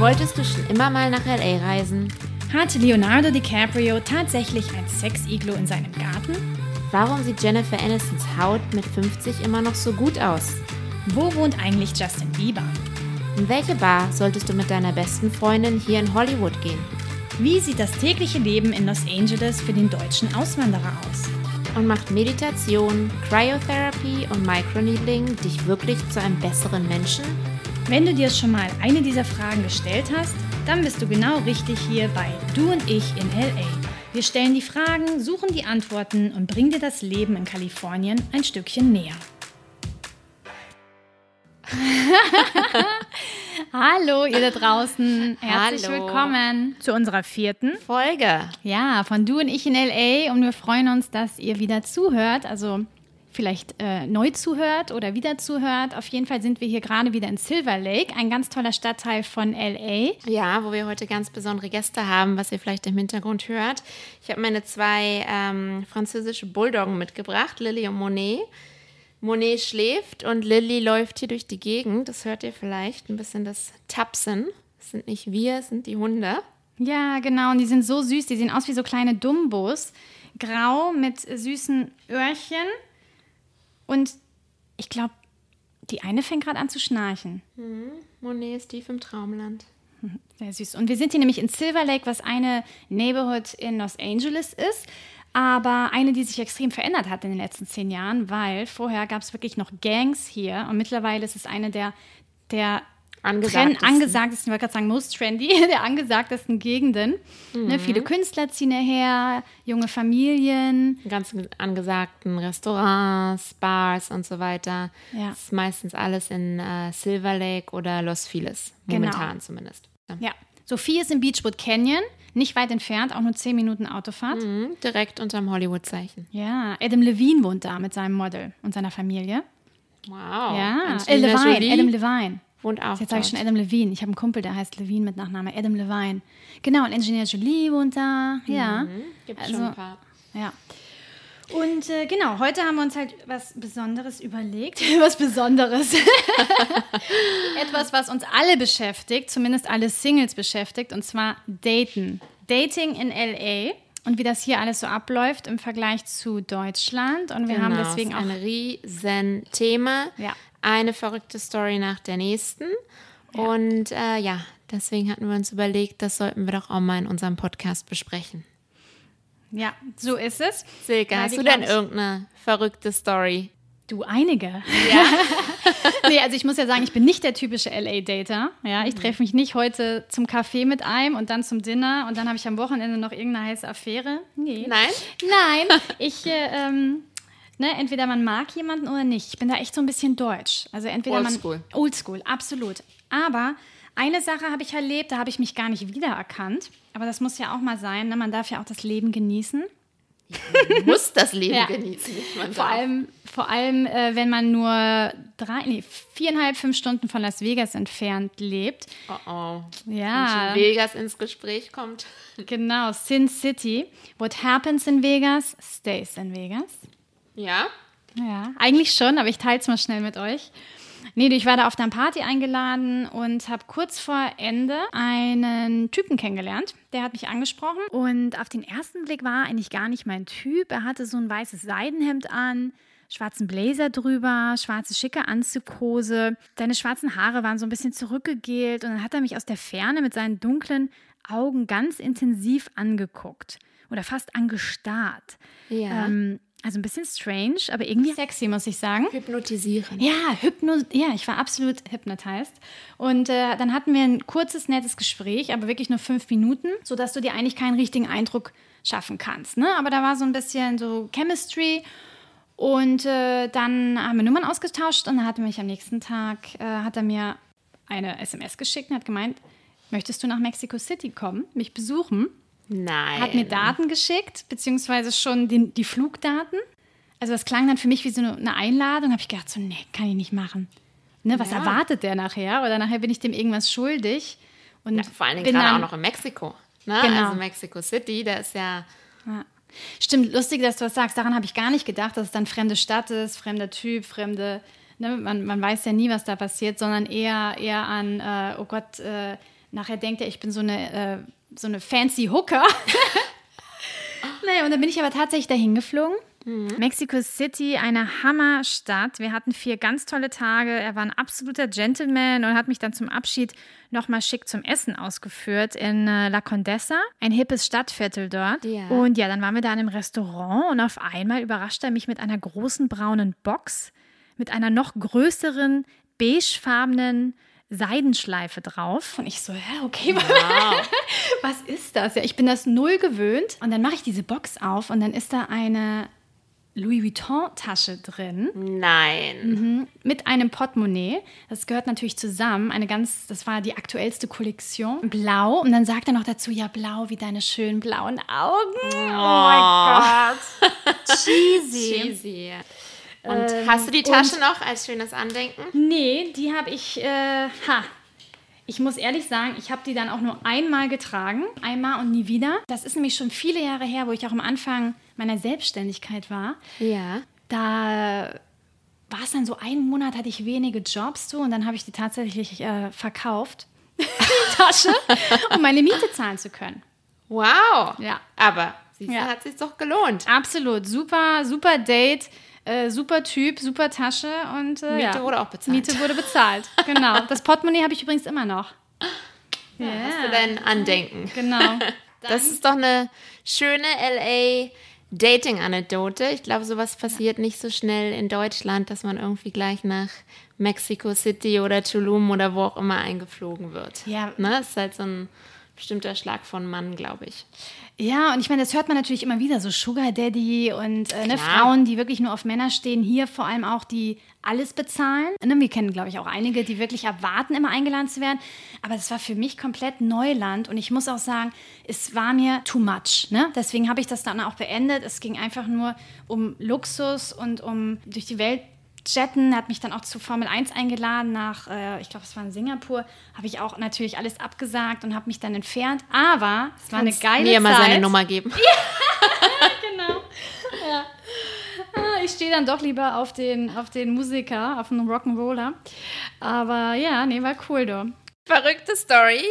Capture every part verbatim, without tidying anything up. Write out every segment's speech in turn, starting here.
Wolltest du schon immer mal nach L A reisen? Hatte Leonardo DiCaprio tatsächlich ein Sex-Iglo in seinem Garten? Warum sieht Jennifer Anistons Haut mit fünfzig immer noch so gut aus? Wo wohnt eigentlich Justin Bieber? In welche Bar solltest du mit deiner besten Freundin hier in Hollywood gehen? Wie sieht das tägliche Leben in Los Angeles für den deutschen Auswanderer aus? Und macht Meditation, Cryotherapy und Microneedling dich wirklich zu einem besseren Menschen? Wenn du dir schon mal eine dieser Fragen gestellt hast, dann bist du genau richtig hier bei Du und ich in L A. Wir stellen die Fragen, suchen die Antworten und bringen dir das Leben in Kalifornien ein Stückchen näher. Hallo ihr da draußen, herzlich Hallo. willkommen zu unserer vierten Folge. Ja, von Du und ich in L A und wir freuen uns, dass ihr wieder zuhört, also vielleicht äh, neu zuhört oder wieder zuhört. Auf jeden Fall sind wir hier gerade wieder in Silver Lake, ein ganz toller Stadtteil von L A. Ja, wo wir heute ganz besondere Gäste haben, was ihr vielleicht im Hintergrund hört. Ich habe meine zwei ähm, französische Bulldoggen mitgebracht, Lily und Monet. Monet schläft und Lily läuft hier durch die Gegend. Das hört ihr vielleicht, ein bisschen das Tapsen. Das sind nicht wir, es sind die Hunde. Ja, genau, und die sind so süß, die sehen aus wie so kleine Dumbos, grau mit süßen Öhrchen. Und ich glaube, die eine fängt gerade an zu schnarchen. Mhm. Monet ist tief im Traumland. Sehr süß. Und wir sind hier nämlich in Silver Lake, was eine Neighborhood in Los Angeles ist. Aber eine, die sich extrem verändert hat in den letzten zehn Jahren, weil vorher gab es wirklich noch Gangs hier. Und mittlerweile ist es eine der, der Angesagtesten. Trend, angesagtesten, ich wollte gerade sagen, most trendy, der angesagtesten Gegenden. Mhm. Ne, viele Künstler ziehen hierher, junge Familien. Ganz angesagten Restaurants, Bars und so weiter. Ja. Das ist meistens alles in äh, Silver Lake oder Los Feliz, momentan Genau. zumindest. Ja, Sophie ist im Beachwood Canyon, nicht weit entfernt, auch nur zehn Minuten Autofahrt. Mhm, direkt unterm Hollywood-Zeichen. Ja, Adam Levine wohnt da mit seinem Model und seiner Familie. Wow. Ja, äh, Angelina Levine, Jolie Adam Levine. wohnt auch Jetzt sage ich dort. schon Adam Levine. Ich habe einen Kumpel, der heißt Levine mit Nachname, Adam Levine. Genau, und Angelina Jolie wohnt da. Ja, Mhm, gibt also, schon ein paar. ja. Und äh, genau, heute haben wir uns halt was Besonderes überlegt. Was Besonderes. Etwas, was uns alle beschäftigt, zumindest alle Singles beschäftigt, und zwar Daten. Dating in L A und wie das hier alles so abläuft im Vergleich zu Deutschland. Und wir Genau, haben deswegen ist auch... ein riesen Thema. Ja. Eine verrückte Story nach der nächsten. Ja. Und äh, ja, deswegen hatten wir uns überlegt, das sollten wir doch auch mal in unserem Podcast besprechen. Ja, so ist es. Silke, Weil hast wir, du denn glaub ich- irgendeine verrückte Story? Du, einige. Ja. Nee, also ich muss ja sagen, ich bin nicht der typische L A-Dater. Ja, ich treffe mich nicht heute zum Kaffee mit einem und dann zum Dinner und dann habe ich am Wochenende noch irgendeine heiße Affäre. Nee. Nein? Nein, ich, äh, ähm, ne, entweder man mag jemanden oder nicht. Ich bin da echt so ein bisschen deutsch. Also entweder Oldschool. man... Oldschool, absolut. Aber eine Sache habe ich erlebt, da habe ich mich gar nicht wiedererkannt. Aber das muss ja auch mal sein, ne? Man darf ja auch das Leben genießen. Du musst das Leben Ja. genießen. Nicht man Vor darf. allem, vor allem äh, wenn man nur drei, nee, viereinhalb, fünf Stunden von Las Vegas entfernt lebt. Oh oh. Ja, Wenn schon Vegas ins Gespräch kommt. genau, Sin City. What happens in Vegas, stays in Vegas. Ja? Ja, eigentlich schon, aber ich teile es mal schnell mit euch. Nee, du, ich war da auf einer Party eingeladen und habe kurz vor Ende einen Typen kennengelernt. Der hat mich angesprochen und auf den ersten Blick war er eigentlich gar nicht mein Typ. Er hatte so ein weißes Seidenhemd an, schwarzen Blazer drüber, schwarze schicke Anzughose. Seine schwarzen Haare waren so ein bisschen zurückgegelt und dann hat er mich aus der Ferne mit seinen dunklen Augen ganz intensiv angeguckt oder fast angestarrt. Ja. Ähm, also ein bisschen strange, aber irgendwie sexy, muss ich sagen. Hypnotisieren. Ja, Hypno, ja, ich war absolut hypnotized. Und äh, dann hatten wir ein kurzes, nettes Gespräch, aber wirklich nur fünf Minuten, sodass du dir eigentlich keinen richtigen Eindruck schaffen kannst. Ne? Aber da war so ein bisschen so Chemistry. Und äh, dann haben wir Nummern ausgetauscht und dann hat er mich am nächsten Tag, äh, hat er mir eine S M S geschickt und hat gemeint, möchtest du nach Mexico City kommen, mich besuchen? Nein. Hat mir Daten geschickt, beziehungsweise schon die, die Flugdaten. Also das klang dann für mich wie so eine Einladung. Habe ich gedacht, so, nee, kann ich nicht machen. Ne, was Ja. erwartet der nachher? Oder nachher bin ich dem irgendwas schuldig. Und Ja, vor allen Dingen bin gerade dann, auch noch in Mexiko. Ne? Genau. Also Mexico City, da ist ja... Ja. Stimmt, lustig, dass du das sagst. Daran habe ich gar nicht gedacht, dass es dann fremde Stadt ist, fremder Typ, fremde... Ne, man, man weiß ja nie, was da passiert, sondern eher, eher an, äh, oh Gott... Äh, nachher denkt er, ich bin so eine, äh, so eine fancy Hooker. Naja, und dann bin ich aber tatsächlich dahin geflogen. Mhm. Mexico City, eine Hammerstadt. Wir hatten vier ganz tolle Tage. Er war ein absoluter Gentleman und hat mich dann zum Abschied nochmal schick zum Essen ausgeführt in äh, La Condesa, ein hippes Stadtviertel dort. Ja. Und ja, dann waren wir da in einem Restaurant und auf einmal überraschte er mich mit einer großen braunen Box, mit einer noch größeren, beigefarbenen Seidenschleife drauf. Und ich so, ja, okay, wow. Was ist das? Ja, ich bin das null gewöhnt. Und dann mache ich diese Box auf und dann ist da eine Louis Vuitton-Tasche drin. Nein. Mhm. Mit einem Portemonnaie. Das gehört natürlich zusammen. Eine ganz, das war die aktuellste Kollektion. Blau. Und dann sagt er noch dazu, ja, blau wie deine schönen blauen Augen. Oh, oh mein Gott. Cheesy. Cheesy. Und ähm, hast du die Tasche noch als schönes Andenken? Nee, die habe ich, äh, ha. Ich muss ehrlich sagen, ich habe die dann auch nur einmal getragen. Einmal und nie wieder. Das ist nämlich schon viele Jahre her, wo ich auch am Anfang meiner Selbstständigkeit war. Ja. Da war es dann so, einen Monat hatte ich wenige Jobs so und dann habe ich die tatsächlich äh, verkauft, die Tasche, um meine Miete zahlen zu können. Wow. Ja. Aber siehst du, ja. hat sich doch gelohnt. Absolut. Super, super Date. Äh, super Typ, super Tasche und äh, Miete ja. wurde auch bezahlt. Miete wurde bezahlt, genau. Das Portemonnaie habe ich übrigens immer noch. Ja, yeah. Hast du dein Andenken. Genau. Das ist doch eine schöne L A Dating-Anekdote. Ich glaube, sowas passiert ja. nicht so schnell in Deutschland, dass man irgendwie gleich nach Mexico City oder Tulum oder wo auch immer eingeflogen wird. Ja. Ne? Das ist halt so ein bestimmter Schlag von Mann, glaube ich. Ja, und ich meine, das hört man natürlich immer wieder, so Sugar Daddy und äh, ne, Frauen, die wirklich nur auf Männer stehen. Hier vor allem auch, die alles bezahlen. Ne, wir kennen, glaube ich, auch einige, die wirklich erwarten, immer eingeladen zu werden. Aber das war für mich komplett Neuland. Und ich muss auch sagen, es war mir too much. Ne? Deswegen habe ich das dann auch beendet. Es ging einfach nur um Luxus und um durch die Welt jetten. Er hat mich dann auch zu Formel eins eingeladen nach, äh, ich glaube, es war in Singapur. Habe ich auch natürlich alles abgesagt und habe mich dann entfernt. Aber es war Kannst eine geile mir Zeit. Mir mal seine Nummer geben. Ja, genau. Ja. Ah, ich stehe dann doch lieber auf den, auf den Musiker, auf den Rock'n'Roller. Aber ja, nee, war cool, du. Verrückte Story,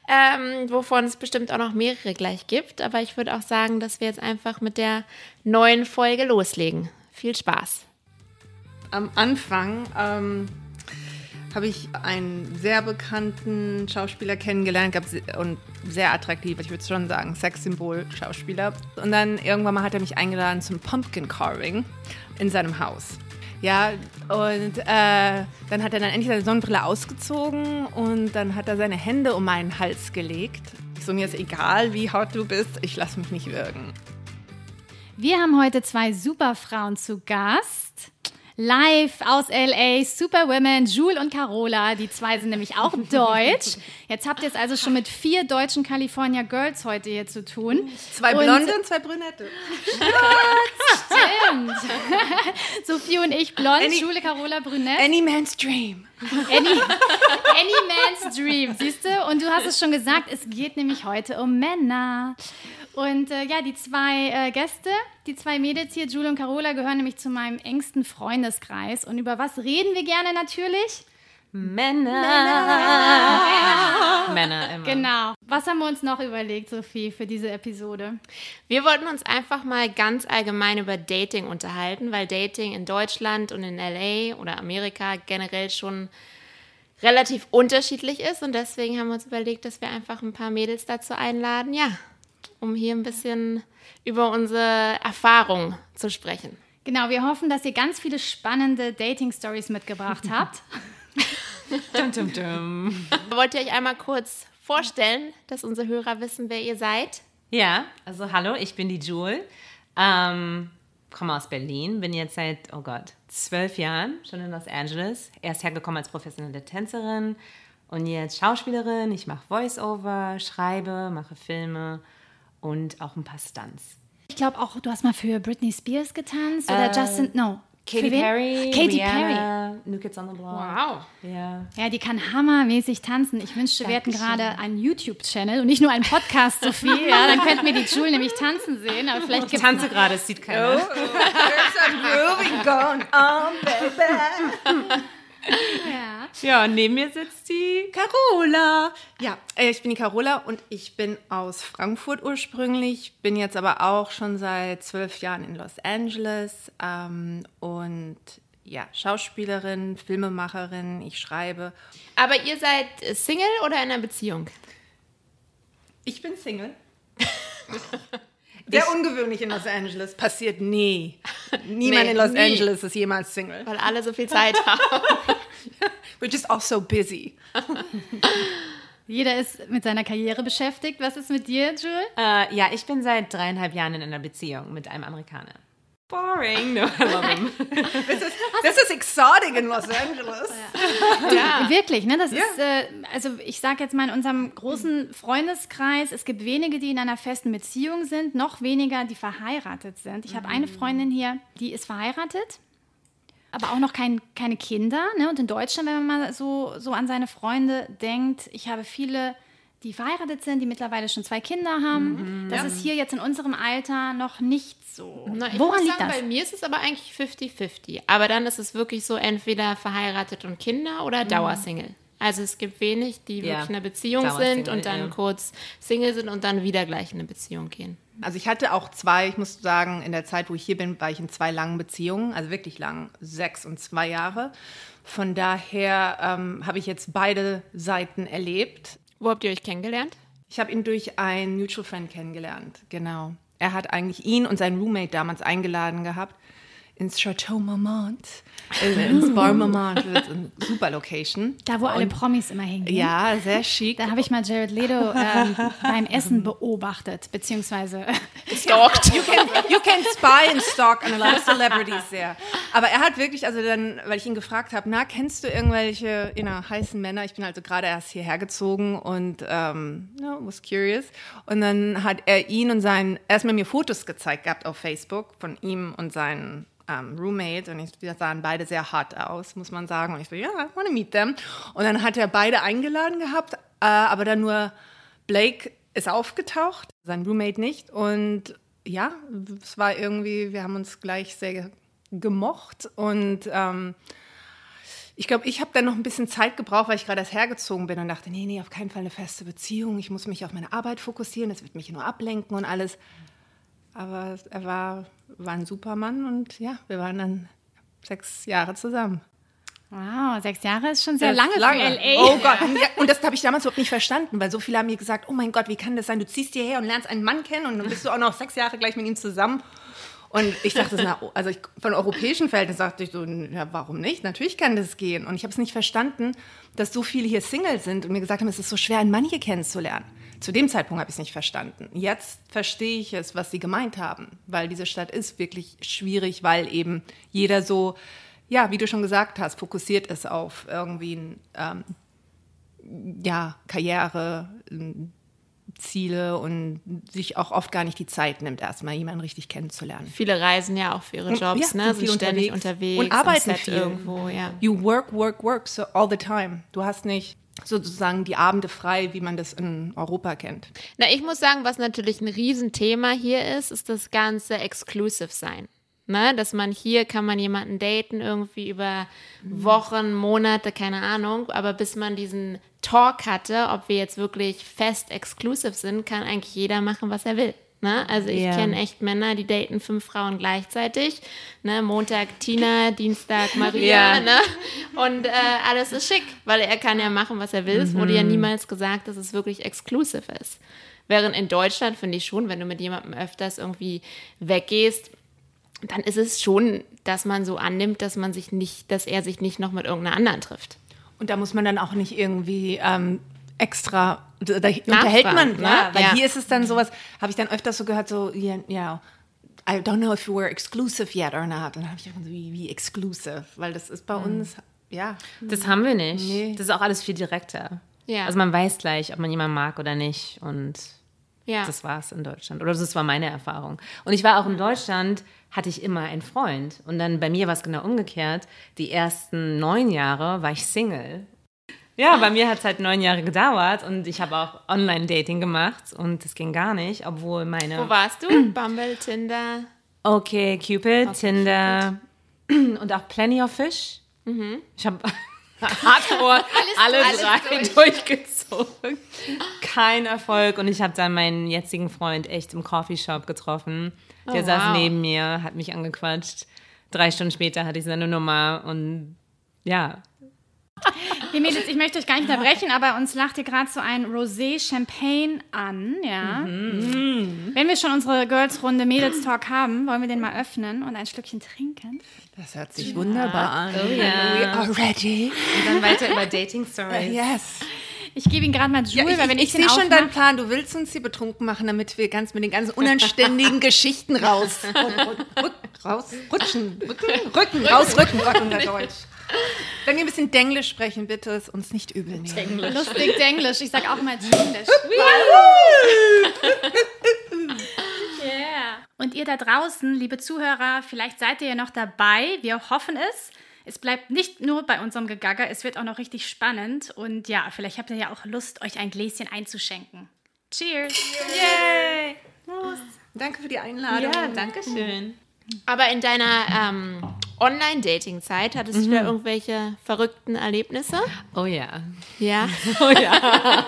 ähm, wovon es bestimmt auch noch mehrere gleich gibt. Aber ich würde auch sagen, dass wir jetzt einfach mit der neuen Folge loslegen. Viel Spaß. Am Anfang ähm, habe ich einen sehr bekannten Schauspieler kennengelernt gab, und sehr attraktiv, ich würde schon sagen, Sexsymbol-Schauspieler. Und dann irgendwann mal hat er mich eingeladen zum Pumpkin Carving in seinem Haus. Ja, und äh, dann hat er dann endlich seine Sonnenbrille ausgezogen und dann hat er seine Hände um meinen Hals gelegt. Ich so, mir ist egal, wie hot du bist, ich lasse mich nicht würgen. Wir haben heute zwei Superfrauen zu Gast. Live aus L A, Superwomen, Jule und Carola. Die zwei sind nämlich auch deutsch. Jetzt habt ihr es also schon mit vier deutschen California Girls heute hier zu tun. Zwei Blonde und, und zwei Brünette. Stimmt. Sophie und ich blond, any, Jule, Carola, brünett. Any man's dream. Any, any man's dream, siehst du? Und du hast es schon gesagt, es geht nämlich heute um Männer. Und äh, ja, die zwei äh, Gäste, die zwei Mädels hier, Jule und Carola, gehören nämlich zu meinem engsten Freundeskreis. Und über was reden wir gerne natürlich? Männer. Männer. Männer immer. Genau. Was haben wir uns noch überlegt, Sophie, für diese Episode? Wir wollten uns einfach mal ganz allgemein über Dating unterhalten, weil Dating in Deutschland und in L A oder Amerika generell schon relativ unterschiedlich ist. Und deswegen haben wir uns überlegt, dass wir einfach ein paar Mädels dazu einladen, ja, um hier ein bisschen über unsere Erfahrung zu sprechen. Genau, wir hoffen, dass ihr ganz viele spannende Dating-Stories mitgebracht habt. dum, dum, dum. Wollt ihr euch einmal kurz vorstellen, dass unsere Hörer wissen, wer ihr seid? Ja, also hallo, ich bin die Jule, ähm, komme aus Berlin, bin jetzt seit, oh Gott, zwölf Jahren schon in Los Angeles. Erst hergekommen als professionelle Tänzerin und jetzt Schauspielerin. Ich mache Voice-Over, schreibe, mache Filme und auch ein paar Stunts. Ich glaube auch, du hast mal für Britney Spears getanzt oder äh, Justin, no. Katy Perry, Katy Rihanna, Perry. New Kids on the Block. Wow. Ja. Ja, die kann hammermäßig tanzen. Ich wünschte, wir hätten gerade einen YouTube-Channel und nicht nur einen Podcast, Sophie. Ja, dann könnten wir die Jule nämlich tanzen sehen. Aber vielleicht ich tanze gerade, es sieht keiner. Oh, there's a groovy going on, baby. Ja. Ja, und neben mir sitzt die Carola. Ja, äh, ich bin die Carola und ich bin aus Frankfurt ursprünglich, bin jetzt aber auch schon seit zwölf Jahren in Los Angeles ähm, und ja, Schauspielerin, Filmemacherin, ich schreibe. Aber ihr seid Single oder in einer Beziehung? Ich bin Single. Sehr ungewöhnlich in Los Angeles, passiert nie. Niemand Nee, in Los nie. Angeles ist jemals Single. Weil alle so viel Zeit haben. We're just all so busy. Jeder ist mit seiner Karriere beschäftigt. Was ist mit dir, Jules? Äh, ja, ich bin seit dreieinhalb Jahren in einer Beziehung mit einem Amerikaner. Boring. No, I love him. This is, this is exotic in Los Angeles. Ja. Wirklich, ne? Das Ja. ist, äh, also ich sage jetzt mal in unserem großen Freundeskreis, es gibt wenige, die in einer festen Beziehung sind, noch weniger, die verheiratet sind. Ich habe eine Freundin hier, die ist verheiratet, aber auch noch kein, keine Kinder. Ne? Und in Deutschland, wenn man mal so, so an seine Freunde denkt, ich habe viele, die verheiratet sind, die mittlerweile schon zwei Kinder haben. Das ist hier jetzt in unserem Alter noch nicht so. Na, ich Woran muss liegt sagen, das? bei mir ist es aber eigentlich fifty fifty. Aber dann ist es wirklich so entweder verheiratet und Kinder oder Dauersingle. Also es gibt wenig, die Ja, wirklich in einer Beziehung Dauersingle, sind und dann ja. kurz Single sind und dann wieder gleich in eine Beziehung gehen. Also ich hatte auch zwei, ich muss sagen, in der Zeit, wo ich hier bin, war ich in zwei langen Beziehungen, also wirklich lang, sechs und zwei Jahre. Von daher ähm, habe ich jetzt beide Seiten erlebt. Wo habt ihr euch kennengelernt? Ich habe ihn durch einen Mutual Friend kennengelernt, genau. Er hat eigentlich ihn und seinen Roommate damals eingeladen gehabt ins Chateau Marmont, äh, ins Bar Marmont, das ist eine super Location. Da, wo alle Und- Promis immer hingehen. Ja, sehr chic. Da habe ich mal Jared Leto ähm, beim Essen beobachtet, beziehungsweise Stalkt. You can, you can spy and stalk on a lot of celebrities there. Aber er hat wirklich, also dann, weil ich ihn gefragt habe, na, kennst du irgendwelche you know, heißen Männer? Ich bin also gerade erst hierher gezogen und ähm, no, was curious. Und dann hat er ihn und seinen, erstmal mir Fotos gezeigt gehabt auf Facebook von ihm und seinen ähm, Roommate. Und ich, die sahen beide sehr hart aus, muss man sagen. Und ich so, ja, I want to meet them. Und dann hat er beide eingeladen gehabt, äh, aber dann nur Blake ist aufgetaucht, sein Roommate nicht. Und ja, es war irgendwie, wir haben uns gleich sehr gemocht. Und ähm, ich glaube, ich habe dann noch ein bisschen Zeit gebraucht, weil ich gerade erst hergezogen bin und dachte, nee, nee, auf keinen Fall eine feste Beziehung. Ich muss mich auf meine Arbeit fokussieren, das wird mich nur ablenken und alles. Aber er war, war ein Supermann und ja, wir waren dann sechs Jahre zusammen. wow, sechs Jahre ist schon sehr Das lange, ist für L A. Oh Gott. Und, ja, und das habe ich damals überhaupt nicht verstanden, weil so viele haben mir gesagt, oh mein Gott, wie kann das sein? Du ziehst hierher und lernst einen Mann kennen und dann bist du auch noch sechs Jahre gleich mit ihm zusammen. Und ich dachte, na, also ich, von europäischen Verhältnissen dachte ich so, ja, warum nicht? Natürlich kann das gehen. Und ich habe es nicht verstanden, dass so viele hier Single sind und mir gesagt haben, es ist so schwer, einen Mann hier kennenzulernen. Zu dem Zeitpunkt habe ich es nicht verstanden. Jetzt verstehe ich es, was sie gemeint haben, weil diese Stadt ist wirklich schwierig, weil eben jeder so, ja, wie du schon gesagt hast, fokussiert ist auf irgendwie ein, ähm, ja, Karriere, ähm, Ziele und sich auch oft gar nicht die Zeit nimmt, erstmal jemanden richtig kennenzulernen. Viele reisen ja auch für ihre Und- Jobs, ja, ne? sind viel Sind ständig unterwegs. unterwegs. Und arbeiten am Set viel. irgendwo, ja. You work, work, work so all the time. Du hast nicht sozusagen die Abende frei, wie man das in Europa kennt. Na, ich muss sagen, was natürlich ein Riesenthema hier ist, ist das ganze Exclusive sein. Ne? Dass man hier kann man jemanden daten irgendwie über Wochen, Monate, keine Ahnung, aber bis man diesen Talk hatte, ob wir jetzt wirklich fest exclusive sind, kann eigentlich jeder machen, was er will. Ne? Also ich Ja. kenne echt Männer, die daten fünf Frauen gleichzeitig. Ne? Montag Tina, Dienstag Maria. Ja. Ne? Und äh, alles ist schick, weil er kann ja machen, was er will. Es wurde ja niemals gesagt, dass es wirklich exclusive ist. Während in Deutschland finde ich schon, wenn du mit jemandem öfters irgendwie weggehst, dann ist es schon, dass man so annimmt, dass man sich nicht, dass er sich nicht noch mit irgendeiner anderen trifft. Und da muss man dann auch nicht irgendwie ähm, extra, da unterhält man, ne? ja, weil Ja. hier ist es dann sowas, habe ich dann öfters so gehört, so, ja, yeah, yeah, I don't know if you were exclusive yet or not. Und dann habe ich gedacht, so, wie, wie exclusive? Weil das ist bei uns, ja. Das haben wir nicht. Nee. Das ist auch alles viel direkter. Ja. Also man weiß gleich, ob man jemanden mag oder nicht. Und Ja. das war es in Deutschland. Oder das war meine Erfahrung. Und ich war auch in Deutschland, hatte ich immer einen Freund. Und dann bei mir war es genau umgekehrt. Die ersten neun Jahre war ich Single. Ja, bei mir hat es halt neun Jahre gedauert und ich habe auch Online-Dating gemacht und das ging gar nicht, obwohl meine... Wo warst du? Bumble, Tinder? Okay, Cupid, Okay, Tinder und auch Plenty of Fish. Ich habe Hardcore, alle alles drei durch. durchgezogen. Kein Erfolg. Und ich habe dann meinen jetzigen Freund echt im Coffeeshop getroffen. Der Oh, saß wow. neben mir, hat mich angequatscht. Drei Stunden später hatte ich seine Nummer und ja. Ihr Mädels, ich möchte euch gar nicht unterbrechen, aber uns lacht hier gerade so ein Rosé Champagne an, ja. Mhm. Wenn wir schon unsere Girls-Runde Mädels-Talk haben, wollen wir den mal öffnen und ein Schlückchen trinken? Das hört sich wunderbar an. Oh ja. We are ready. Und dann weiter über Dating-Stories. Yes. Ich gebe ihn gerade mal Jules, Ja, ich weil wenn ich, ich, ich den sehe schon aufmache- deinen Plan. Du willst uns hier betrunken machen, damit wir ganz mit den ganzen unanständigen Geschichten raus. Rück, rück, raus, rutschen, Rücken, Rücken, raus, Rücken, Rücken, unser Deutsch. Wenn wir ein bisschen Denglisch sprechen, bitte es uns nicht übel nehmen. Lustig Denglisch, ich sag auch mal Englisch. Yeah. Und ihr da draußen, liebe Zuhörer, vielleicht seid ihr ja noch dabei. Wir hoffen es. Es bleibt nicht nur bei unserem Gegagger, es wird auch noch richtig spannend. Und ja, vielleicht habt ihr ja auch Lust, euch ein Gläschen einzuschenken. Cheers! Yay! Danke für die Einladung. Ja, danke schön. Aber in deiner ähm, Online-Dating-Zeit hattest du da irgendwelche verrückten Erlebnisse? Oh ja. Ja. Oh ja.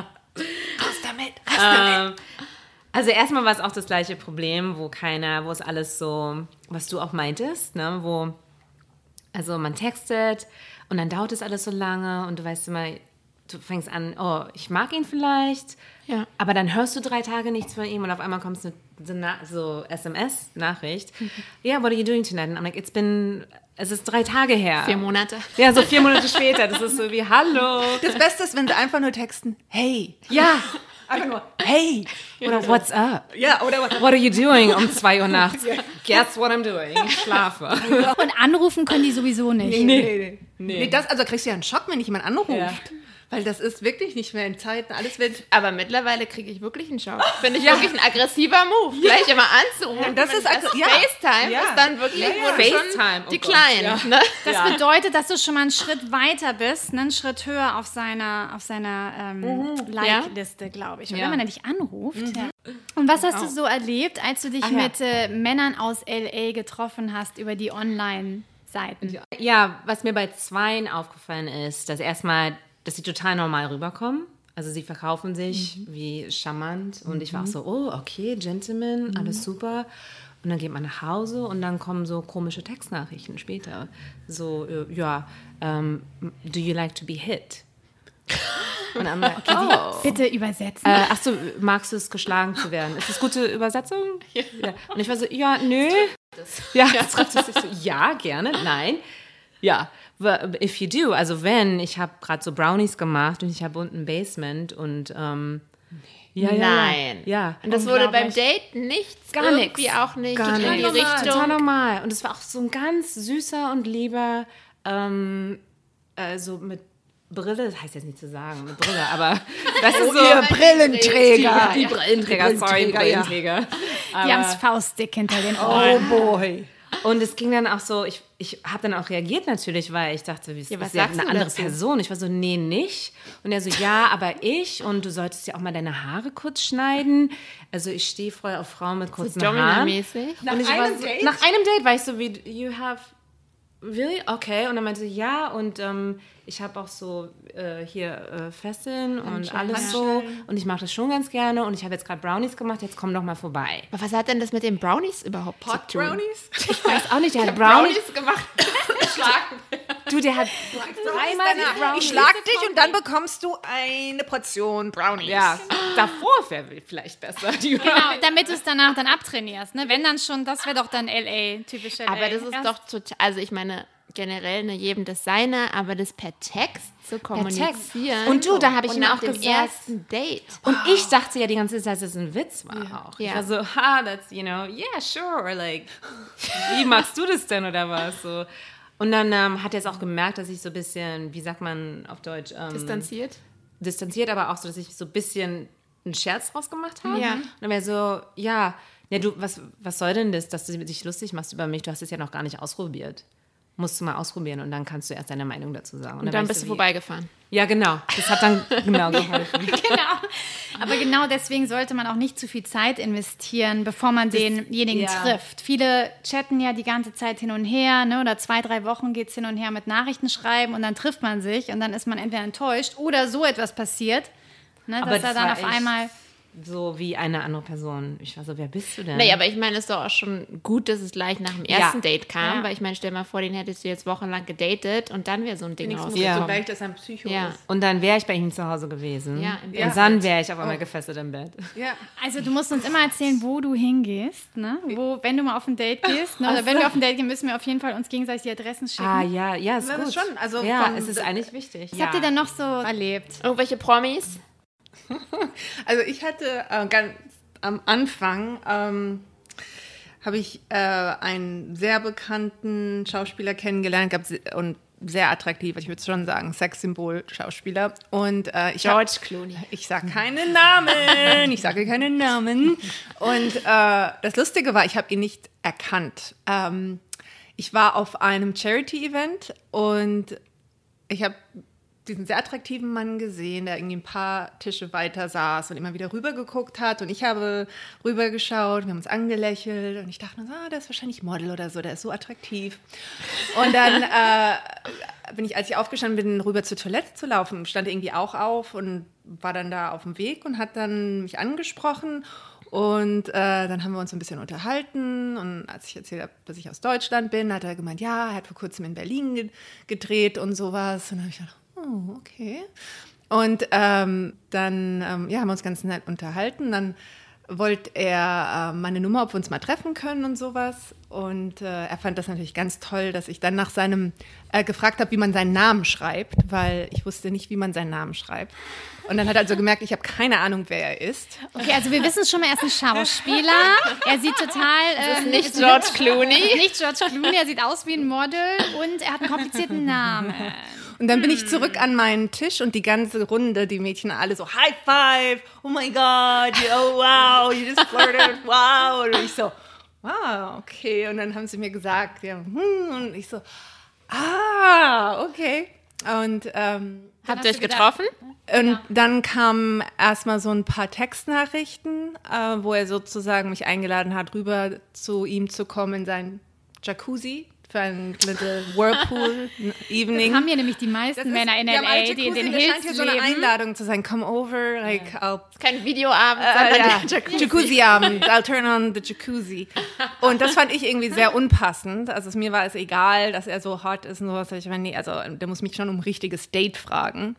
Raus damit, raus damit. Ähm, also erstmal war es auch das gleiche Problem, wo keiner, wo es alles so, was du auch meintest, ne, wo, also man textet und dann dauert es alles so lange und du weißt immer, du fängst an, oh, ich mag ihn vielleicht, Ja. aber dann hörst du drei Tage nichts von ihm und auf einmal kommst du so, Na- so S M S-Nachricht. Yeah, what are you doing tonight? And I'm like, it's been, es ist drei Tage her. Vier Monate. Ja, so vier Monate später. Das ist so wie, hallo. Das Beste ist, wenn sie einfach nur texten, hey. Ja. Einfach nur, hey. Oder what's up? Ja, oder was? What are you doing um zwei Uhr nachts? Guess what I'm doing? Ich schlafe. Und anrufen können die sowieso nicht. Nee, nee, nee. nee. das, also kriegst du ja einen Schock, wenn dich jemand anruft. Ja. Weil das ist wirklich nicht mehr in Zeiten. Alles wird. Aber mittlerweile kriege ich wirklich einen Schock. Finde ich wirklich ein aggressiver Move. Gleich immer anzurufen. Das ist Wenn aggr- ja. FaceTime Ja. ist dann wirklich Ja, ja. wo du schon FaceTime, oh die Gott, Kleinen. ja. Ne? Das bedeutet, dass du schon mal einen Schritt weiter bist, ne? einen Schritt höher auf seiner, auf seiner ähm, Like-Liste, glaube ich. Oder Ja. wenn er dich anruft. Ja. Und was hast du so erlebt, als du dich ja. mit äh, Männern aus L A getroffen hast über die Online-Seiten? Ja, was mir bei Zweien aufgefallen ist, dass erstmal, dass sie total normal rüberkommen. Also sie verkaufen sich wie charmant und ich war auch so, oh, okay, Gentleman, alles super. Und dann geht man nach Hause und dann kommen so komische Textnachrichten später. So, äh, ja, ähm, do you like to be hit? Und dann like, oh. Bitte übersetzen. Äh, ach so, magst du es, geschlagen zu werden? Ist das gute Übersetzung? Ja. Und ich war so, ja, nö. Ja, das trifft es sich so, ja, gerne, nein. Ja, if you do, also wenn, ich habe gerade so Brownies gemacht und ich habe unten ein Basement und ähm, ja, ja, Nein. Ja. Und das wurde beim Unglaublich. Date nichts, Gar irgendwie nichts. auch nicht Gar in nicht. die Total normal, Richtung. Total normal. Und es war auch so ein ganz süßer und lieber, ähm, äh, so mit Brille, das heißt jetzt nicht zu sagen, mit Brille, aber das ist so. Ihr Brillenträger. Die Brillenträger, sorry, Brillenträger, ja. Brillenträger. Die haben es faustdick hinter den Ohren. Oh boy. Und es ging dann auch so, ich, ich habe dann auch reagiert natürlich, weil ich dachte, wie ist Ja, was das ja sagst eine du andere dazu? Person? Ich war so, nee, nicht. Und er so, ja, aber ich und du solltest ja auch mal deine Haare kurz schneiden. Also ich stehe voll auf Frauen mit kurzen Haaren. Domina-mäßig. Nach Und ich einem war so, Date? Nach einem Date war ich so wie, you have, really? Okay. Und dann meinte sie, ja, und ähm, ich habe auch so äh, hier äh, Fesseln und alles so. Und ich mache das schon ganz gerne. Und ich habe jetzt gerade Brownies gemacht, jetzt komm doch mal vorbei. Aber was hat denn das mit den Brownies überhaupt Hot zu tun? Brownies? Ich weiß auch nicht, der hat Brownies. gemacht. Geschlagen. Du, der hat dreimal die Brownies. Ich schlag dich und dann bekommst du eine Portion Brownies. Ja, davor wäre vielleicht besser. Die Genau, damit du es danach dann abtrainierst. Ne? Wenn dann schon, das wäre doch dann L A, typisch L A. Aber das ist Erst- doch total, also ich meine, generell ne, jedem das seine, aber das per Text zu kommunizieren. Und du, da habe ich und ihm nach auch dem gesagt- ersten Date. Und ich dachte ja die ganze Zeit, dass es ein Witz war auch. Ich Ja. war so, ha, that's, you know, yeah, sure. Or like, wie magst du das denn oder was? So. Und dann ähm, hat er es auch gemerkt, dass ich so ein bisschen, wie sagt man auf Deutsch? Ähm, Distanziert. distanziert, aber auch so, dass ich so ein bisschen einen Scherz draus gemacht habe. Ja. Und dann wäre so, ja, ja, du, was, was soll denn das, dass du dich lustig machst über mich? Du hast es ja noch gar nicht ausprobiert. musst du mal ausprobieren und dann kannst du erst deine Meinung dazu sagen. Und, und dann bist du so vorbeigefahren. Ja, genau. Das hat dann genau geholfen. Genau. Aber genau deswegen sollte man auch nicht zu viel Zeit investieren, bevor man denjenigen ja. trifft. Viele chatten ja die ganze Zeit hin und her, ne? Oder zwei, drei Wochen geht es hin und her mit Nachrichten schreiben und dann trifft man sich und dann ist man entweder enttäuscht oder so etwas passiert, ne? Aber dass das er dann war auf echt einmal... so wie eine andere Person. Ich war so, wer bist du denn? Nee, aber ich meine, es ist doch auch schon gut, dass es gleich nach dem ersten Ja. Date kam, Ja. weil ich meine, stell mal vor, den hättest du jetzt wochenlang gedatet und dann wäre so ein Ding Wenigstens rausgekommen. so gleich, dass er ein Psycho Ja. ist. Und dann wäre ich bei ihm zu Hause gewesen. Ja, im und Bett. dann wäre ich auf einmal gefesselt im Bett. Ja. Also du musst uns immer erzählen, wo du hingehst, ne? Wo, wenn du mal auf ein Date gehst, ne? Oder wenn wir auf ein Date gehen, müssen wir auf jeden Fall uns gegenseitig die Adressen schicken. Ah, ja, ja, ist Das gut. ist schon, also ja, von- es ist eigentlich wichtig. Was ja. habt ihr denn noch so erlebt? Irgendwelche Promis? Also ich hatte äh, ganz am Anfang ähm, habe ich äh, einen sehr bekannten Schauspieler kennengelernt gab, und sehr attraktiv, ich würde schon sagen, Sexsymbol-Schauspieler. Und äh, ich George hab, Clooney. Ich sage keine Namen, ich sage keine Namen. Und äh, das Lustige war, ich habe ihn nicht erkannt. Ähm, ich war auf einem Charity-Event und ich habe diesen sehr attraktiven Mann gesehen, der irgendwie ein paar Tische weiter saß und immer wieder rübergeguckt hat. Und ich habe rübergeschaut, wir haben uns angelächelt und ich dachte, ah, der ist wahrscheinlich Model oder so, der ist so attraktiv. Und dann äh, bin ich, als ich aufgestanden bin, rüber zur Toilette zu laufen, stand er irgendwie auch auf und war dann da auf dem Weg und hat dann mich angesprochen. Und äh, dann haben wir uns ein bisschen unterhalten und als ich erzählt habe, dass ich aus Deutschland bin, hat er gemeint, ja, er hat vor kurzem in Berlin ge- gedreht und sowas. Und dann habe ich gedacht, oh, okay. Und ähm, dann ähm, ja, haben wir uns ganz nett unterhalten. Dann wollte er äh, meine Nummer, ob wir uns mal treffen können und sowas. Und äh, er fand das natürlich ganz toll, dass ich dann nach seinem äh, gefragt habe, wie man seinen Namen schreibt, weil ich wusste nicht, wie man seinen Namen schreibt. Und dann hat er also gemerkt, ich habe keine Ahnung, wer er ist. Okay, also wir wissen schon mal, er ist ein Schauspieler. Er sieht total... Ähm, Nicht George Clooney. ist nicht George Clooney, er sieht aus wie ein Model und er hat einen komplizierten Namen. Und dann bin ich zurück an meinen Tisch und die ganze Runde, die Mädchen alle so, High Five, oh my God, oh wow, you just flirted, wow. Und ich so, wow, okay. Und dann haben sie mir gesagt, ja, hm, und ich so, ah, okay. Und, ähm, Habt ihr euch getroffen? und dann kamen erstmal so ein paar Textnachrichten, äh, wo er sozusagen mich eingeladen hat, rüber zu ihm zu kommen in sein Jacuzzi für ein little Whirlpool-Evening. Das haben hier nämlich die meisten Männer in ja, L A, die in den Hills Hills scheint hier so eine leben. Einladung zu sein. Come over, like, I'll Kein Videoabend, Äh, sondern ja, der Jacuzzi. Jacuzzi-Abend, I'll turn on the Jacuzzi. Und das fand ich irgendwie sehr unpassend. Also es, mir war es egal, dass er so hot ist und sowas. Ich meine, nee, also der muss mich schon um ein richtiges Date fragen.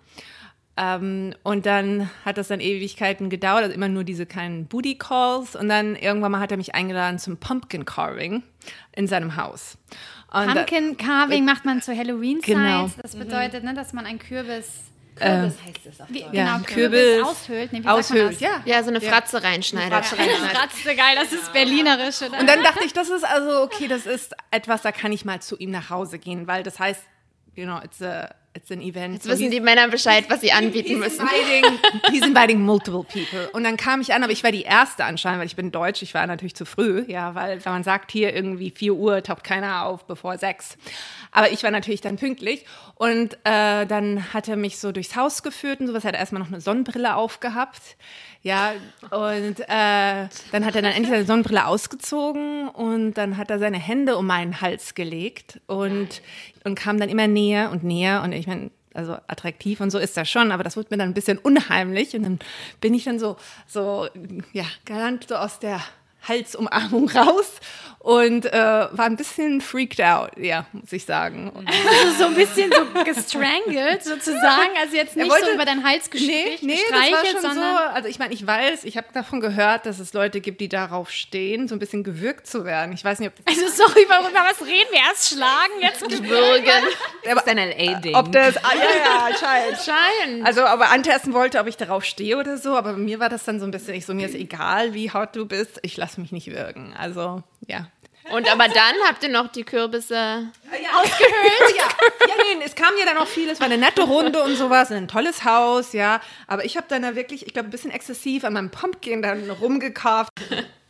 Ähm, und dann hat das dann Ewigkeiten gedauert, also immer nur diese kleinen Booty-Calls. Und dann irgendwann mal hat er mich eingeladen zum Pumpkin Carving in seinem Haus. Und da- Pumpkin Carving macht man zur Halloween-Zeit. Genau. Das bedeutet, ne, dass man ein Kürbis, Kürbis heißt es auf wie, Deutsch. genau, ja, Kürbis, Kürbis aushöhlt. Nee, wie sagt man aushöhlt, das? ja. Ja, so eine Fratze reinschneidet. Fratze reinschneidet. Fratze, geil, das ist berlinerisch, oder? Und dann dachte ich, das ist also, okay, das ist etwas, da kann ich mal zu ihm nach Hause gehen, weil das heißt, you know, it's, a, it's an event. Jetzt wissen die Männer Bescheid, was sie anbieten müssen. Inviting, he's inviting multiple people. Und dann kam ich an, aber ich war die Erste anscheinend, weil ich bin Deutsch, ich war natürlich zu früh, ja, weil wenn man sagt, hier irgendwie vier Uhr taucht keiner auf, bevor sechs. Aber ich war natürlich dann pünktlich und äh, dann hat er mich so durchs Haus geführt und sowas, hat er erstmal noch eine Sonnenbrille aufgehabt, ja, und äh, dann hat er dann endlich seine Sonnenbrille ausgezogen und dann hat er seine Hände um meinen Hals gelegt und, und kam dann immer näher und näher und ich meine, also attraktiv und so ist das schon, aber das wird mir dann ein bisschen unheimlich und dann bin ich dann so, so ja, galant so aus der Halsumarmung raus und äh, war ein bisschen freaked out, ja, muss ich sagen. Und Also so ein bisschen so gestrangelt sozusagen, also jetzt nicht wollte- so über deinen Hals nee, gestreichelt, nee, das war gestreichelt, schon so, sondern... also ich meine, ich weiß, ich habe davon gehört, dass es Leute gibt, die darauf stehen, so ein bisschen gewürgt zu werden. Ich weiß nicht, ob das, Also sorry, warum, über was reden wir? Erst schlagen, jetzt Würgen. Das ist ein L A-Ding. ob das, ah, ja, ja, anscheinend. Schein. Also, aber antesten wollte, ob ich darauf stehe oder so, aber bei mir war das dann so ein bisschen, ich so, mir ist egal, wie hot du bist, ich lasse mich nicht würgen. Also, ja. Und aber dann habt ihr noch die Kürbisse. Ausgehöhlt? Ja, ja nee, es kam ja dann noch viel, es war eine nette Runde und sowas, ein tolles Haus, ja. Aber ich habe dann da wirklich, ich glaube, ein bisschen exzessiv an meinem Pumpkin dann rumgekarft.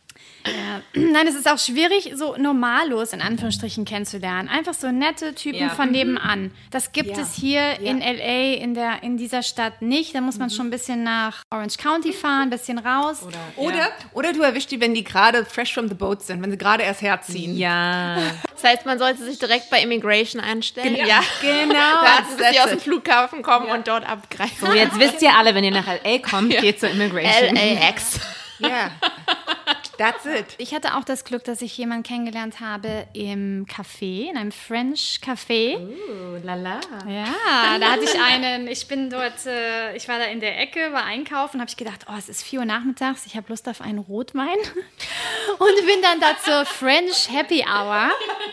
Ja. Nein, es ist auch schwierig, so normallos in Anführungsstrichen kennenzulernen. Einfach so nette Typen Ja. von nebenan. Das gibt Ja. es hier Ja. in L A, in, der, in dieser Stadt nicht. Da muss man schon ein bisschen nach Orange County fahren, ein bisschen raus. Oder, Ja. oder du erwischst die, wenn die gerade fresh from the boat sind, wenn sie gerade erst herziehen. Ja. Das heißt, man sollte sich direkt bei Immigration einstellen. Ja, Genau. warten, bis sie aus dem it. Flughafen kommen und dort abgreifen. So, jetzt wisst ihr alle, wenn ihr nach L A kommt, geht zur Immigration. L A X. Ja. That's it. Ich hatte auch das Glück, dass ich jemanden kennengelernt habe im Café, in einem French Café. Oh, lala. Ja, da hatte ich einen, ich bin dort, äh, ich war da in der Ecke, war einkaufen, habe ich gedacht, oh, es ist vier Uhr nachmittags, ich habe Lust auf einen Rotwein und bin dann da zur French Happy Hour.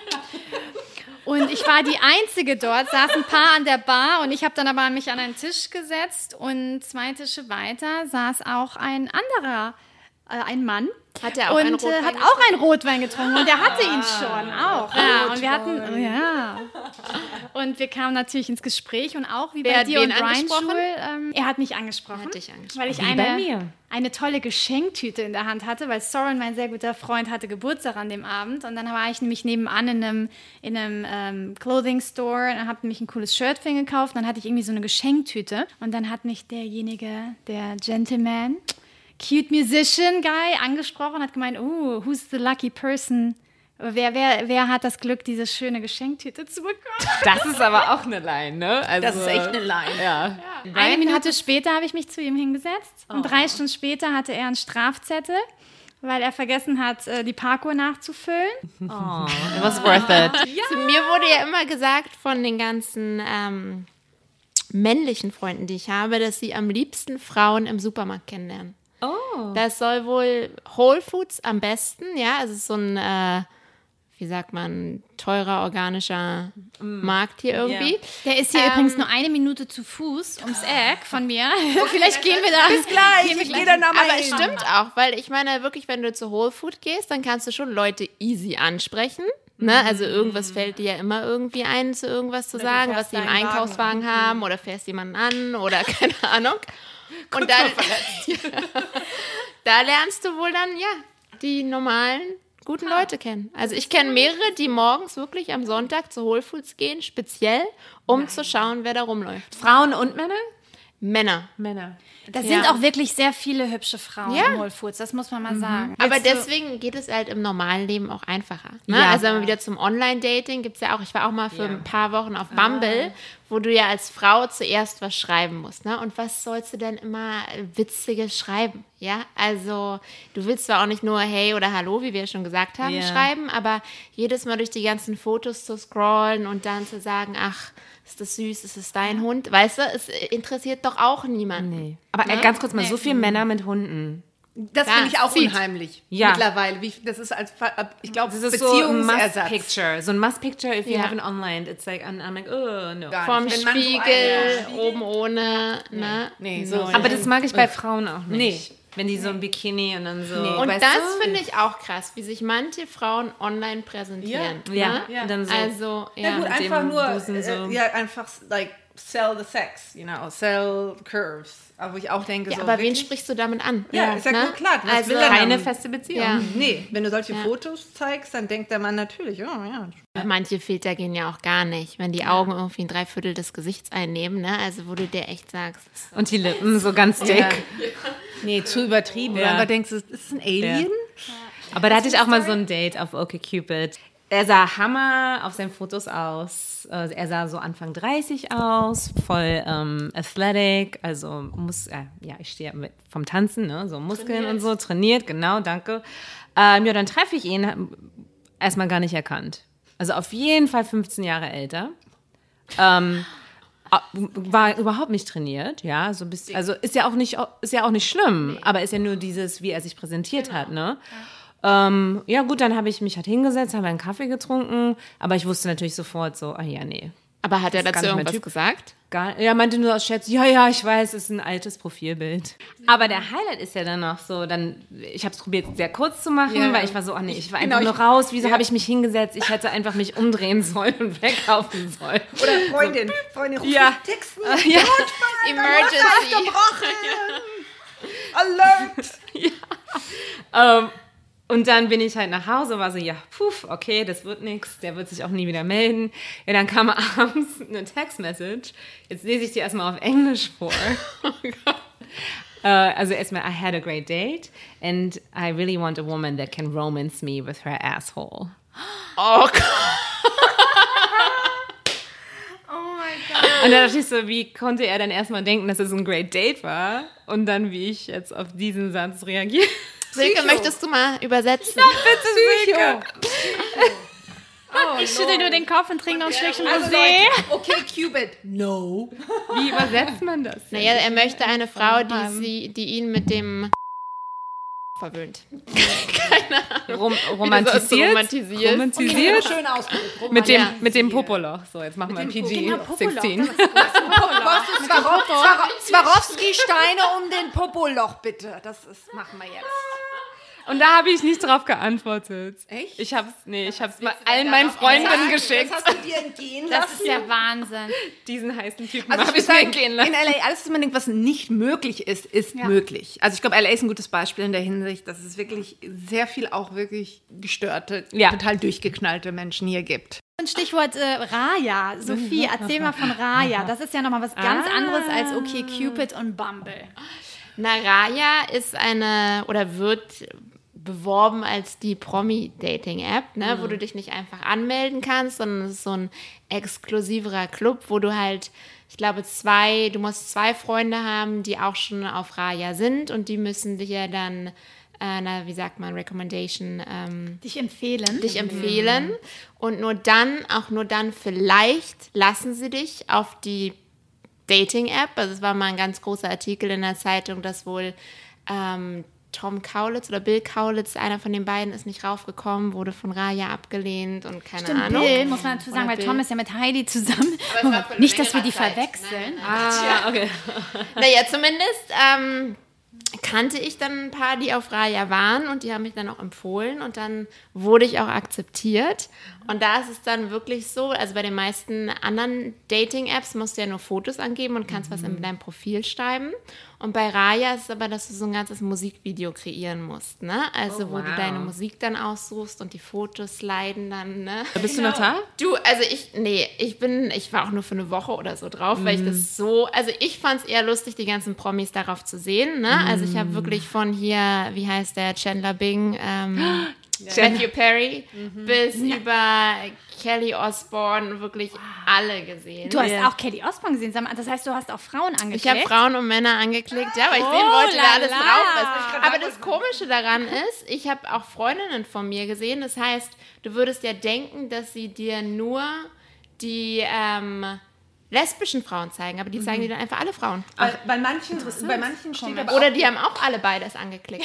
Und ich war die Einzige dort, saß ein paar an der Bar und ich habe dann aber mich an einen Tisch gesetzt und zwei Tische weiter saß auch ein anderer, äh, ein Mann. Hat er auch und einen äh, Rotwein hat auch einen Rotwein getrunken und der hatte ihn schon auch. Ja, und wir hatten, oh, ja. Und wir kamen natürlich ins Gespräch und auch wie Wer bei hat dir wen und Ryan, angesprochen? Jules, ähm, er hat mich angesprochen, Hat dich angesprochen. weil ich Wie bei eine, mir. eine tolle Geschenktüte in der Hand hatte, weil Soren, mein sehr guter Freund, hatte Geburtstag an dem Abend und dann war ich nämlich nebenan in einem, in einem ähm, Clothing Store und habe nämlich ein cooles Shirt für ihn gekauft und dann hatte ich irgendwie so eine Geschenktüte und dann hat mich derjenige, der Gentleman, Cute Musician Guy angesprochen, hat gemeint, oh, who's the lucky person? Wer, wer, wer hat das Glück, diese schöne Geschenktüte zu bekommen? Das ist aber auch eine Line, ne? Also, Das ist echt eine Line. Ja. Eine Minute später habe ich mich zu ihm hingesetzt und drei Stunden später hatte er einen Strafzettel, weil er vergessen hat, äh, die Parkuhr nachzufüllen. Oh, it was worth it. Zu mir wurde ja immer gesagt von den ganzen ähm, männlichen Freunden, die ich habe, dass sie am liebsten Frauen im Supermarkt kennenlernen. Oh. Das soll wohl Whole Foods am besten, ja, also es ist so ein, äh, wie sagt man, teurer, organischer Markt hier irgendwie. Der ist hier Ähm, übrigens nur eine Minute zu Fuß ums Eck von mir. Vielleicht gehen wir da. Bis gleich. Gehen wir Ich gleich gehe dann noch mal Aber hin. es stimmt auch, weil ich meine wirklich, wenn du zu Whole Food gehst, dann kannst du schon Leute easy ansprechen. Ne? Also irgendwas fällt dir ja immer irgendwie ein, zu irgendwas zu du sagen, fährst was sie im deinen Wagen. Einkaufswagen haben oder fährst jemanden an oder keine Ahnung. Und dann, da lernst du wohl dann, ja, die normalen, guten Leute kennen. Also ich kenne mehrere, die morgens wirklich am Sonntag zu Whole Foods gehen, speziell, um zu schauen, wer da rumläuft. Frauen und Männer? Männer. Männer. Da Ja. sind auch wirklich sehr viele hübsche Frauen Ja. im Whole Foods, das muss man mal sagen. Aber Willst du- deswegen geht es halt im normalen Leben auch einfacher. Ne? Ja. Also wenn wir wieder zum Online-Dating, gibt es ja auch, ich war auch mal für ein paar Wochen auf Bumble, wo du ja als Frau zuerst was schreiben musst. Ne? Und was sollst du denn immer Witziges schreiben? Ja, also du willst zwar auch nicht nur Hey oder Hallo, wie wir schon gesagt haben, Ja. schreiben, aber jedes Mal durch die ganzen Fotos zu scrollen und dann zu sagen, ach, ist das süß, ist es dein Hund? Weißt du, es interessiert doch auch niemanden. Nee. Aber äh, ganz kurz mal, so viele Männer mit Hunden. Das Ja, finde ich auch sieht. unheimlich. Ja. Mittlerweile. Wie, das ist als, ich glaube, Das ist so ein Beziehungsersatz. Must-Picture. So ein Must-Picture, if you Ja. have an online, it's like, I'm, I'm like, oh, no. Gar Vorm nicht. Wenn man so Spiegel, eine- oben ohne, ne? Nee, so- Null. Aber das mag ich bei Frauen auch nicht. Wenn die so ein Bikini und dann so. Und weißt das du? finde ich auch krass, wie sich manche Frauen online präsentieren. Ja, ne? ja. und dann so. Also, ja. Ja, gut, mit einfach dem nur, Busen so. äh, ja, einfach, like, sell the sex, you know, sell curves. Aber wo ich auch denke, ja, so, aber wen wirklich? sprichst du damit an? Ja, ist ja ne? gut, klar. Was Also, will er Keine dann? feste Beziehung. Ja. Nee, wenn du solche Ja. Fotos zeigst, dann denkt der Mann natürlich, oh ja. Manche Filter gehen ja auch gar nicht, wenn die Augen irgendwie ein Dreiviertel des Gesichts einnehmen, ne? Also wo du dir echt sagst, Und die Lippen so ganz dick. Ja. Nee, zu übertrieben. Ja. Aber denkst du, ist das ein Alien? Aber da hatte ich auch mal so ein Date auf OkCupid. Er sah Hammer auf seinen Fotos aus. Äh, Er sah so Anfang dreißig aus, voll ähm, athletic, also muss, äh, ja, ich stehe mit vom Tanzen, ne, so Muskeln und so, trainiert, genau, danke. Ähm, ja, dann treffe ich ihn, hab erstmal gar nicht erkannt. Also auf jeden Fall fünfzehn Jahre älter. Ähm, war überhaupt nicht trainiert, ja, so ein bisschen, also ist ja auch nicht, ist ja auch nicht schlimm, aber ist ja nur dieses, wie er sich präsentiert hat, ne? Ja. Ähm, ja gut, dann habe ich mich halt hingesetzt, habe einen Kaffee getrunken, aber ich wusste natürlich sofort so, ah ja, nee. aber hat er Das ist gar dazu nicht mein irgendwas Typ. gesagt? Gar, er meinte nur aus Scherz, ja, ja, ich weiß, es ist ein altes Profilbild. Aber der Highlight ist ja dann noch so, dann, ich habe es probiert, sehr kurz zu machen, Ja. weil ich war so, oh nee, ich war Genau, einfach ich- nur raus, wieso ja. habe ich mich hingesetzt? Ich hätte einfach mich umdrehen sollen und weglaufen sollen. Oder Freundin, Freundin, ruf Ja. mich, texten, Ja. Emergency. Alert! Ähm, Und dann bin ich halt nach Hause und war so, ja, puff, okay, das wird nichts, der wird sich auch nie wieder melden. Ja, dann kam abends eine Text-Message. Jetzt lese ich die erstmal auf Englisch vor. Oh Gott. Uh, also erstmal, I had a great date and I really want a woman that can romance me with her asshole. Oh Gott. Oh mein Gott. Und dann dachte ich so, wie konnte er dann erstmal denken, dass es ein great date war? Und dann, wie ich jetzt auf diesen Satz reagiere. Silke, möchtest du mal übersetzen? Ja, bitte, Psycho. Oh, ich schüttel nur den Kopf und trinke noch ein Schlückchen Also Rosé. Leute, okay, Cupid. No. Wie übersetzt man das? Naja, er möchte eine Frau, die, sie, die ihn mit dem verwöhnt. Rom romantisiert? romantisiert. Romantisiert? Schön ausgedrückt. Mit dem, Ja. mit dem Popoloch. So, jetzt machen wir P G sechzehn. Swarovski-Steine um den Popoloch, bitte. Das ist, machen wir jetzt. Und da habe ich nicht drauf geantwortet. Echt? Ich hab's, nee, ich hab's mal allen meinen Freundinnen geschickt. Das hast du dir entgehen Das lassen. ist ja Wahnsinn. Diesen heißen Typen Also habe ich ich muss mir sagen, gehen in lassen. L A, alles, was man denkt, was nicht möglich ist, ist Ja. möglich. Also ich glaube, L A ist ein gutes Beispiel in der Hinsicht, dass es wirklich sehr viel auch wirklich gestörte, Ja. total durchgeknallte Menschen hier gibt. Und Stichwort äh, Raya. Sophie, erzähl mal von Raya. Das ist ja nochmal was ganz Ah. anderes als okay, Cupid und Bumble. Na, Raya ist eine, oder wird beworben als die Promi-Dating-App, ne, wo du dich nicht einfach anmelden kannst, sondern es ist so ein exklusiverer Club, wo du halt, ich glaube, zwei, du musst zwei Freunde haben, die auch schon auf Raya sind und die müssen dich ja dann, äh, na, wie sagt man, Recommendation, ähm, Dich empfehlen. dich empfehlen und nur dann, auch nur dann vielleicht lassen sie dich auf die Dating-App. Also es war mal ein ganz großer Artikel in der Zeitung, dass wohl ähm, Tom Kaulitz oder Bill Kaulitz, einer von den beiden, ist nicht raufgekommen, wurde von Raya abgelehnt und keine Stimmt, Ahnung. Bill, muss man dazu sagen, Oder weil Bill. Tom ist ja mit Heidi zusammen. es war für eine Nicht, dass wir die längere Zeit. verwechseln. Ah, okay. Naja, zumindest ähm, kannte ich dann ein paar, die auf Raya waren und die haben mich dann auch empfohlen und dann wurde ich auch akzeptiert. Und da ist es dann wirklich so, also bei den meisten anderen Dating-Apps musst du ja nur Fotos angeben und kannst was in deinem Profil schreiben. Und bei Raya ist es aber, dass du so ein ganzes Musikvideo kreieren musst, ne? Also Oh, wo du wow. deine Musik dann aussuchst und die Fotos sliden dann, ne? Bist du noch da? Du, also ich, nee, ich bin, ich war auch nur für eine Woche oder so drauf, weil ich das so, also ich fand es eher lustig, die ganzen Promis darauf zu sehen, ne? Also ich habe wirklich von hier, wie heißt der, Chandler Bing, ähm, Matthew Perry, bis über Kelly Osbourne, wirklich alle gesehen. Du hast Ja. auch Kelly Osbourne gesehen. Sag mal, das heißt, du hast auch Frauen angeklickt? Ich habe Frauen und Männer angeklickt, ja, weil ich Oh, sehen wollte, wer alles la, la. drauf ist. Aber das Komische daran ist, ich habe auch Freundinnen von mir gesehen. Das heißt, du würdest ja denken, dass sie dir nur die ähm, lesbischen Frauen zeigen, aber die zeigen dir dann einfach alle Frauen. Bei, bei manchen, bei manchen steht aber Oder die haben auch alle beides angeklickt.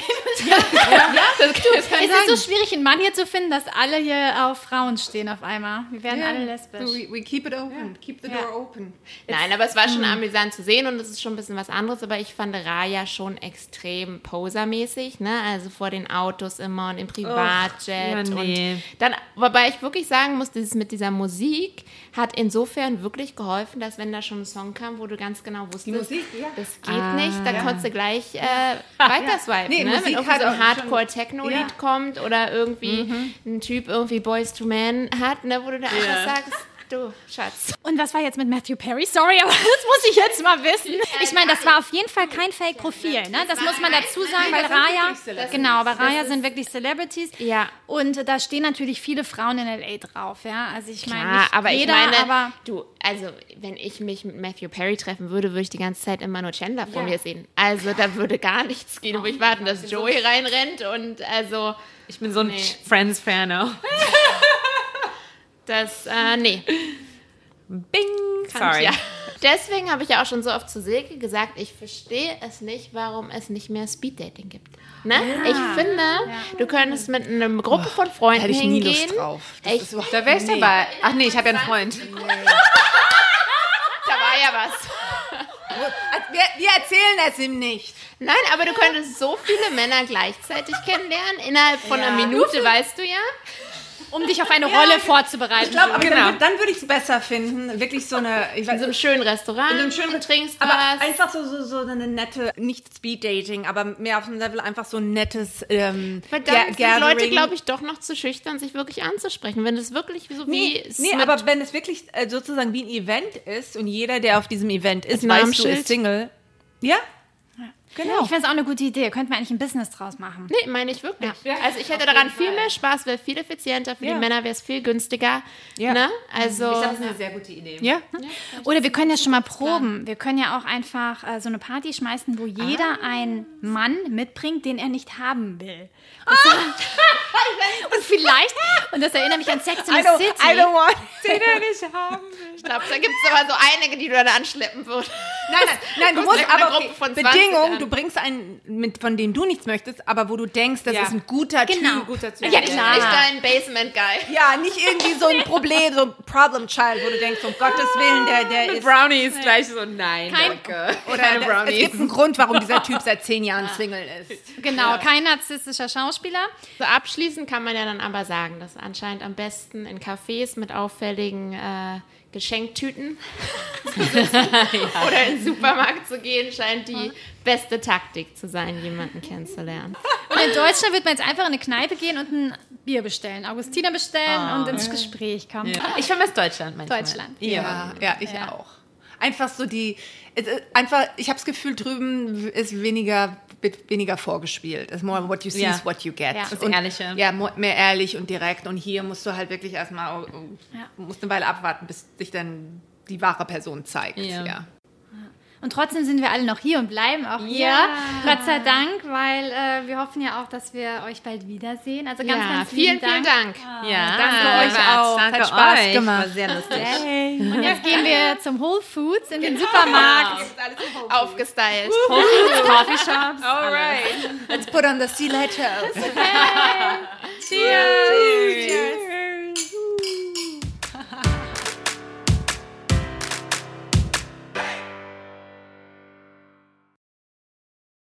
Es ist so schwierig, einen Mann hier zu finden, dass alle hier auf Frauen stehen auf einmal. Wir werden Ja. alle lesbisch. So, we, we keep it open, keep the Ja. door open. Nein, aber es war schon amüsant zu sehen und es ist schon ein bisschen was anderes, aber ich fand Raya schon extrem posermäßig, ne? Also vor den Autos immer und im Privatjet. ja, nee. Und dann, wobei ich wirklich sagen muss, dieses mit dieser Musik hat insofern wirklich geholfen, dass wenn da schon ein Song kam, wo du ganz genau wusstest, Musik, ja. das geht nicht, dann konntest du gleich äh, weiter swipen, Nee, ne? Musik Wenn irgendwie hat so ein auch Hardcore-Techno-Lied Ja. kommt oder irgendwie ein Typ irgendwie Boys to Men hat, ne? Wo du dann einfach sagst, du Schatz. Und was war jetzt mit Matthew Perry? Sorry, aber das muss ich jetzt mal wissen. Ich meine, das war auf jeden Fall kein Fake-Profil, ne? Das muss man dazu sagen, weil das sind Raya, wirklich Celebrities. genau, bei Raya sind wirklich Celebrities. Ja. Und da stehen natürlich viele Frauen in L A drauf, ja. Also ich meine, Ja, nicht aber jeder, ich meine, aber du, also wenn ich mich mit Matthew Perry treffen würde, würde ich die ganze Zeit immer nur Chandler vor mir sehen. Also da würde gar nichts gehen. Wo ich warten, dass Joey reinrennt und also Ich bin so ein Nee. Friends-Fan auch. das, äh, nee. Bing! Kann Sorry. ich, ja. Deswegen habe ich ja auch schon so oft zu Silke gesagt, ich verstehe es nicht, warum es nicht mehr Speeddating gibt. Ne? Ich finde, du könntest mit einer Gruppe von Freunden Hätte ich nie hingehen. Lust drauf. Das Echt? ist überhaupt- Da wäre ich Nee. dabei. Ach nee, ich habe ja einen Freund. Da war ja was. Wir, wir erzählen es ihm nicht. Nein, aber du könntest so viele Männer gleichzeitig kennenlernen, innerhalb von einer Minute, weißt du ja. Um dich auf eine Rolle vorzubereiten. Ich glaube, aber Genau. dann, dann würde ich es besser finden. Wirklich so eine. Ich In weiß, so einem schönen Restaurant. in einem schönen du trinkst aber was. einfach so, so, so eine nette, nicht Speed-Dating, aber mehr auf dem Level einfach so ein nettes ähm, Weil dann Ga- sind Gathering. Leute, glaube ich, doch noch zu schüchtern, sich wirklich anzusprechen. Wenn es wirklich so wie Nee, es nee mit- aber wenn es wirklich äh, sozusagen wie ein Event ist und jeder, der auf diesem Event ist, Mit weiß, du Namensschild. ist Single. Ja? Genau. Ich finde es auch eine gute Idee. Könnten wir eigentlich ein Business draus machen. Nee, meine ich wirklich. Ja. Also ich hätte daran viel mehr Spaß, wäre viel effizienter, für Ja. die Männer wäre es viel günstiger. Ja. Ne? Also Ich glaube, das ist eine sehr gute Idee. Ja? Oder wir können ja schon mal proben. Wir können ja auch einfach äh, so eine Party schmeißen, wo jeder einen Mann mitbringt, den er nicht haben will. Das und vielleicht, und das erinnert mich an Sex in I the don't, City. I don't want. ich glaube, da gibt es aber so einige, die du dann anschleppen würdest. Nein, nein, nein, du Kommst musst direkt mit einer aber Gruppe okay, von zwanzig Bedingung, an. du bringst einen, mit, von dem du nichts möchtest, aber wo du denkst, das Ja. ist ein guter Genau. Typ. Guter Typ. Ja, klar. Nicht dein Basement-Guy. Ja, nicht irgendwie so ein Problem, so ein Problem-Child, wo du denkst, um Gottes Willen, der, der ist... Brownie ist gleich so, nein, Kein- danke. Oder Keine da- es Brownies. gibt einen Grund, warum dieser Typ seit zehn Jahren Single ist. Genau, kein narzisstischer Schauspieler. So abschließend kann man ja dann aber sagen, dass anscheinend am besten in Cafés mit auffälligen äh, Geschenktüten oder in den Supermarkt zu gehen, scheint die beste Taktik zu sein, jemanden kennenzulernen. Und in Deutschland wird man jetzt einfach in eine Kneipe gehen und ein Bier bestellen, Augustiner bestellen und ins Gespräch kommen. Ich vermisse Deutschland manchmal. Deutschland. Ja, ja, ich Ja. auch. Einfach so die... es ist Einfach, ich habe das Gefühl, drüben ist weniger, wird weniger vorgespielt. Es ist more what you see Ja. is what you get. Ja. Das Und- Ehrliche. Ja, mo- mehr ehrlich und direkt. Und hier musst du halt wirklich erstmal, oh, oh, Ja. musst eine Weile abwarten, bis sich dann die wahre Person zeigt. Ja. Ja. Und trotzdem sind wir alle noch hier und bleiben auch hier. Ja. Gott sei Dank, weil äh, wir hoffen ja auch, dass wir euch bald wiedersehen. Also ganz, ja, ganz vielen, lieben vielen Dank. Dank. Ja, Danke euch auch. Danke Hat Spaß euch. gemacht. War sehr lustig. Und jetzt gehen wir zum Whole Foods in den Supermarkt. Aufgestylt. Coffee Shops. Let's put on the see you later. Cheers. Cheers.